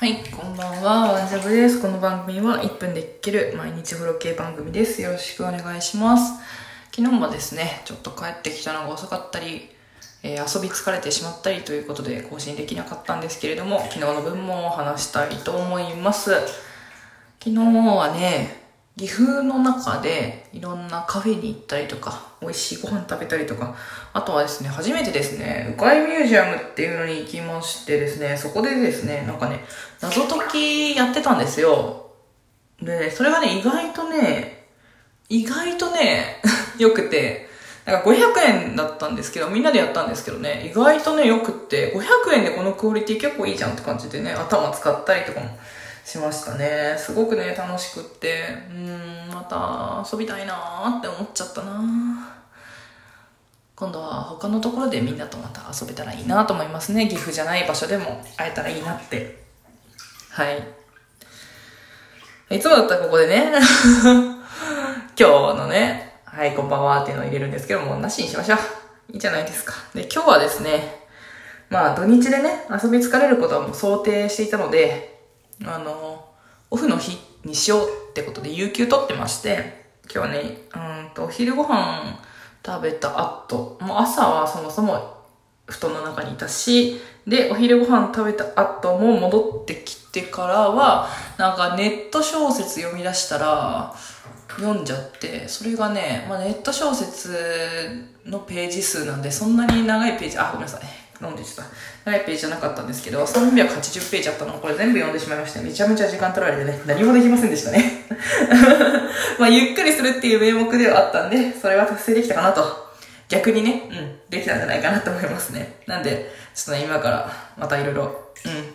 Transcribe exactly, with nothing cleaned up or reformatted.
はい、こんばんは、ワンジャブです。この番組はいっぷんで聞ける毎日風呂系番組です。よろしくお願いします。昨日もですね、ちょっと帰ってきたのが遅かったり、えー、遊び疲れてしまったりということで更新できなかったんですけれども、昨日の分も話したいと思います。昨日はね、岐阜の中でいろんなカフェに行ったりとか、美味しいご飯食べたりとか、あとはですね、初めてですね、うかいミュージアムっていうのに行きましてですね、そこでですね、なんかね、謎解きやってたんですよ。で、それがね、意外とね、意外とね、良くて、なんかごひゃくえんだったんですけど、みんなでやったんですけどね、意外とね、良くって、ごひゃくえんでこのクオリティ結構いいじゃんって感じでね、頭使ったりとかもしましたね。すごくね、楽しくって、うーん、また遊びたいなーって思っちゃったなー。今度は他のところでみんなとまた遊べたらいいなと思いますね。岐阜じゃない場所でも会えたらいいなって。はい。いつもだったらここでね、今日のね、はい、こんばんはっていうのを入れるんですけども、なしにしましょう。いいじゃないですか。で、今日はですね、まあ土日でね、遊び疲れることはもう想定していたので、あの、オフの日にしようってことで有給取ってまして、今日はね、うんと、お昼ご飯食べた後、もう朝はそもそも布団の中にいたし、で、お昼ご飯食べた後も戻ってきてからは、なんかネット小説読み出したら、読んじゃって、それがね、まあ、ネット小説のページ数なんで、そんなに長いページ、あ、ごめんなさい。飲んでちゃった。長いページじゃなかったんですけど、さんびゃくはちじゅうページあったのをこれ全部読んでしまいまして、めちゃめちゃ時間取られてね、何もできませんでしたね。まあ、ゆっくりするっていう名目ではあったんで、それは達成できたかなと。逆にね、うん、できたんじゃないかなと思いますね。なんで、ちょっとね、今からまたいろいろ、うん、